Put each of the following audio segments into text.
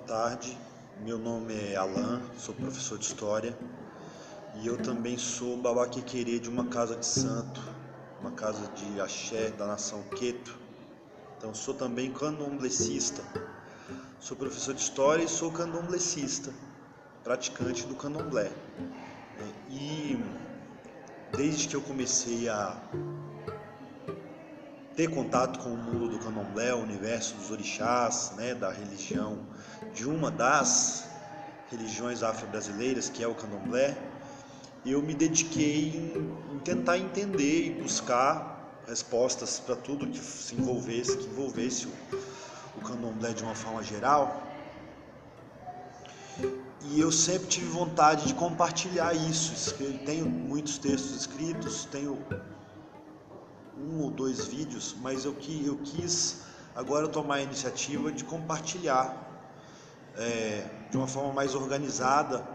tarde. Meu nome é Alan, sou professor de História e eu também sou babaquequerê de uma casa de santo, uma casa de axé da nação Queto. Então sou também candomblessista. Sou professor de História e sou candomblessista, praticante do candomblé. E desde que eu comecei a ter contato com o mundo do candomblé, o universo dos orixás, da religião, de uma das religiões afro-brasileiras, que é o candomblé, eu me dediquei em tentar entender e buscar respostas para tudo que envolvesse o candomblé de uma forma geral. E eu sempre tive vontade de compartilhar isso. Eu tenho muitos textos escritos, tenho 1 ou 2 vídeos, mas eu quis agora tomar a iniciativa de compartilhar de uma forma mais organizada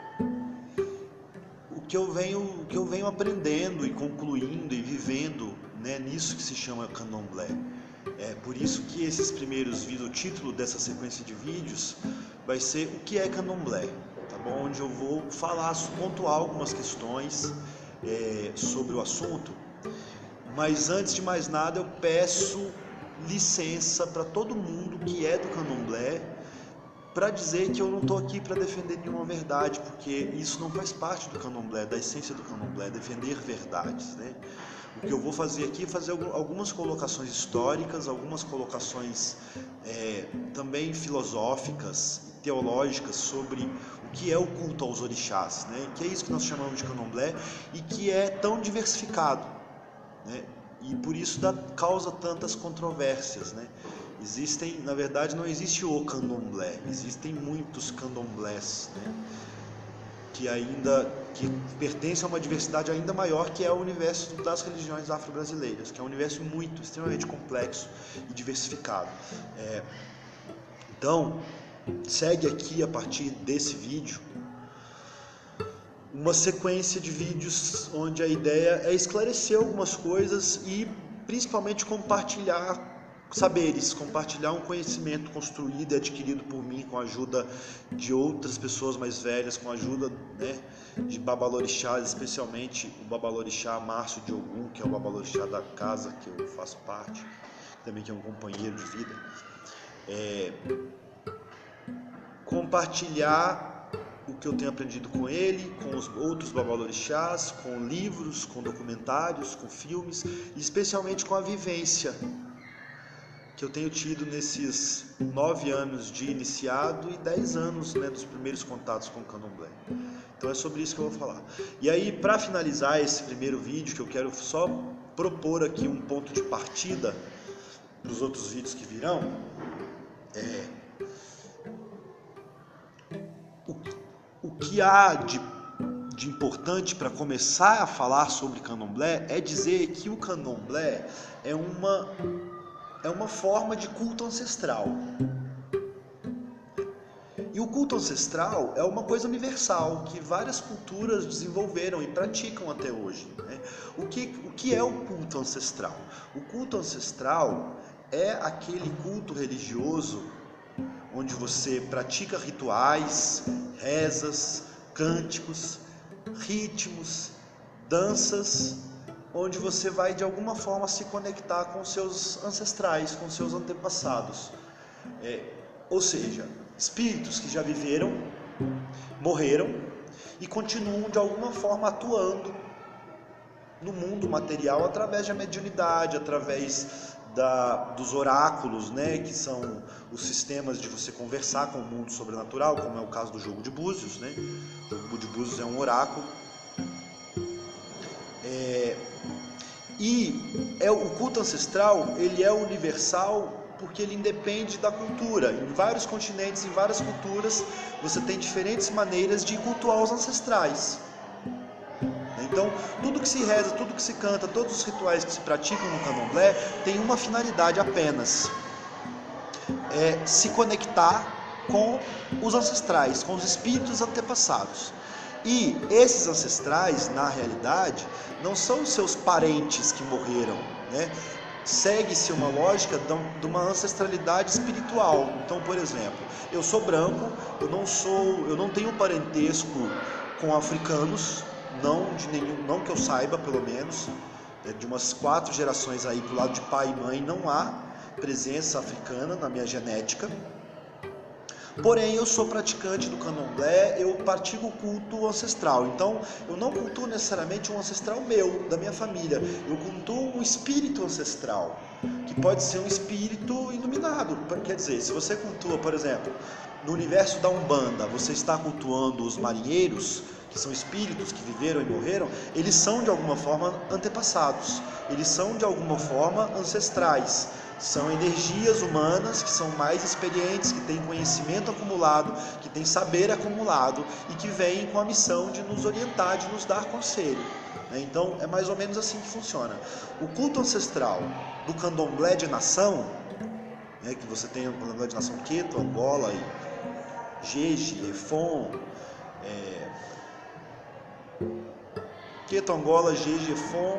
o que eu venho aprendendo e concluindo e vivendo, nisso que se chama candomblé. É por isso que esses primeiros vídeos, o título dessa sequência de vídeos vai ser o que é candomblé, tá bom? Onde eu vou pontuar algumas questões sobre o assunto. Mas antes de mais nada eu peço licença para todo mundo que é do candomblé para dizer que eu não estou aqui para defender nenhuma verdade, porque isso não faz parte do candomblé, da essência do candomblé, defender verdades, O que eu vou fazer aqui é fazer algumas colocações históricas, algumas colocações também filosóficas e teológicas sobre o que é o culto aos orixás, que é isso que nós chamamos de candomblé e que é tão diversificado. E por isso causa tantas controvérsias. Existem, na verdade, não existe o candomblé, existem muitos candomblés, que pertencem a uma diversidade ainda maior, que é o universo das religiões afro-brasileiras, que é um universo extremamente complexo e diversificado. Então, segue aqui, a partir desse vídeo, uma sequência de vídeos onde a ideia é esclarecer algumas coisas e principalmente compartilhar saberes, compartilhar um conhecimento construído e adquirido por mim com a ajuda de outras pessoas mais velhas, com a ajuda de babalorixás, especialmente o babalorixá Márcio de Ogum, que é o babalorixá da casa que eu faço parte, também que é um companheiro de vida. Compartilhar o que eu tenho aprendido com ele, com os outros babalorixás, com livros, com documentários, com filmes, e especialmente com a vivência que eu tenho tido nesses 9 anos de iniciado e 10 anos dos primeiros contatos com o candomblé. Então é sobre isso que eu vou falar. E aí, para finalizar esse primeiro vídeo, que eu quero só propor aqui um ponto de partida para os outros vídeos que virão, o que há de importante para começar a falar sobre candomblé é dizer que o candomblé é uma forma de culto ancestral. E o culto ancestral é uma coisa universal que várias culturas desenvolveram e praticam até hoje. O que é o culto ancestral? O culto ancestral é aquele culto religioso onde você pratica rituais, rezas, cânticos, ritmos, danças, onde você vai de alguma forma se conectar com seus ancestrais, com seus antepassados. Ou seja, espíritos que já viveram, morreram e continuam de alguma forma atuando no mundo material através da mediunidade, através dos oráculos, que são os sistemas de você conversar com o mundo sobrenatural, como é o caso do jogo de búzios. O jogo de búzios é um oráculo. O culto ancestral, ele é universal porque ele independe da cultura. Em vários continentes, em várias culturas, você tem diferentes maneiras de cultuar os ancestrais. Então, tudo que se reza, tudo que se canta, todos os rituais que se praticam no candomblé tem uma finalidade apenas: se conectar com os ancestrais, com os espíritos antepassados. E esses ancestrais, na realidade, não são os seus parentes que morreram, segue-se uma lógica de uma ancestralidade espiritual. Então, por exemplo, eu sou branco, eu não tenho parentesco com africanos, não que eu saiba, pelo menos, de umas 4 gerações aí pro lado de pai e mãe não há presença africana na minha genética. Porém, eu sou praticante do candomblé, eu pratico o culto ancestral. Então, eu não cultuo necessariamente um ancestral meu, da minha família. Eu cultuo um espírito ancestral, que pode ser um espírito iluminado. Quer dizer, se você cultua, por exemplo, no universo da Umbanda, você está cultuando os marinheiros, que são espíritos que viveram e morreram, eles são de alguma forma antepassados, eles são de alguma forma ancestrais. São energias humanas que são mais experientes, que têm conhecimento acumulado, que têm saber acumulado e que vêm com a missão de nos orientar, de nos dar conselho. Então é mais ou menos assim que funciona. O culto ancestral do candomblé de nação, que você tem o candomblé de nação Queto, Angola, Jeje, Efon, Queto, Angola, Jeje, Efon,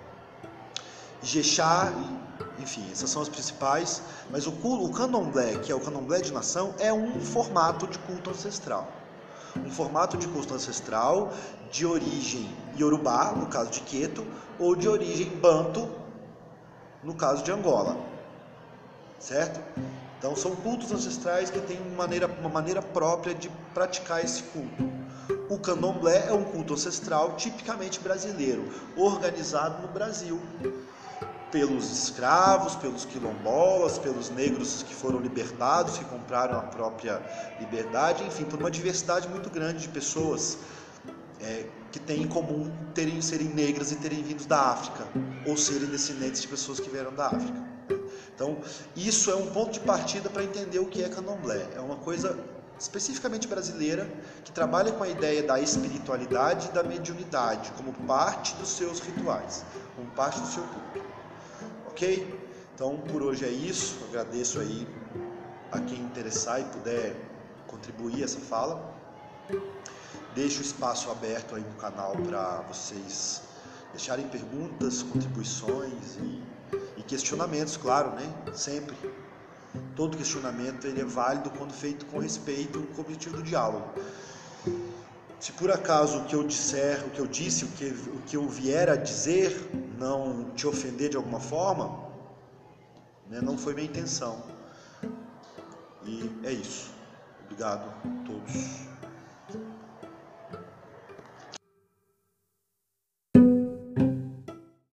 Ijexá, enfim, essas são as principais, mas o candomblé, que é o candomblé de nação, é um formato de culto ancestral. Um formato de culto ancestral de origem iorubá, no caso de Queto, ou de origem banto, no caso de Angola. Certo? Então são cultos ancestrais que têm uma maneira própria de praticar esse culto. O candomblé é um culto ancestral tipicamente brasileiro, organizado no Brasil, pelos escravos, pelos quilombolas, pelos negros que foram libertados, que compraram a própria liberdade, enfim, por uma diversidade muito grande de pessoas que têm em comum serem negras e terem vindo da África, ou serem descendentes de pessoas que vieram da África. Então, isso é um ponto de partida para entender o que é candomblé. É uma coisa especificamente brasileira, que trabalha com a ideia da espiritualidade e da mediunidade como parte dos seus rituais, como parte do seu culto. Ok? Então, por hoje é isso. Agradeço aí a quem interessar e puder contribuir essa fala. Deixo o espaço aberto aí no canal para vocês deixarem perguntas, contribuições e questionamentos, claro, né? Sempre. Todo questionamento ele é válido quando feito com respeito, com o objetivo do diálogo. Se por acaso o que eu disser, o que eu disse, o que eu vier a dizer não te ofender de alguma forma, né, não foi minha intenção. E é isso. Obrigado a todos.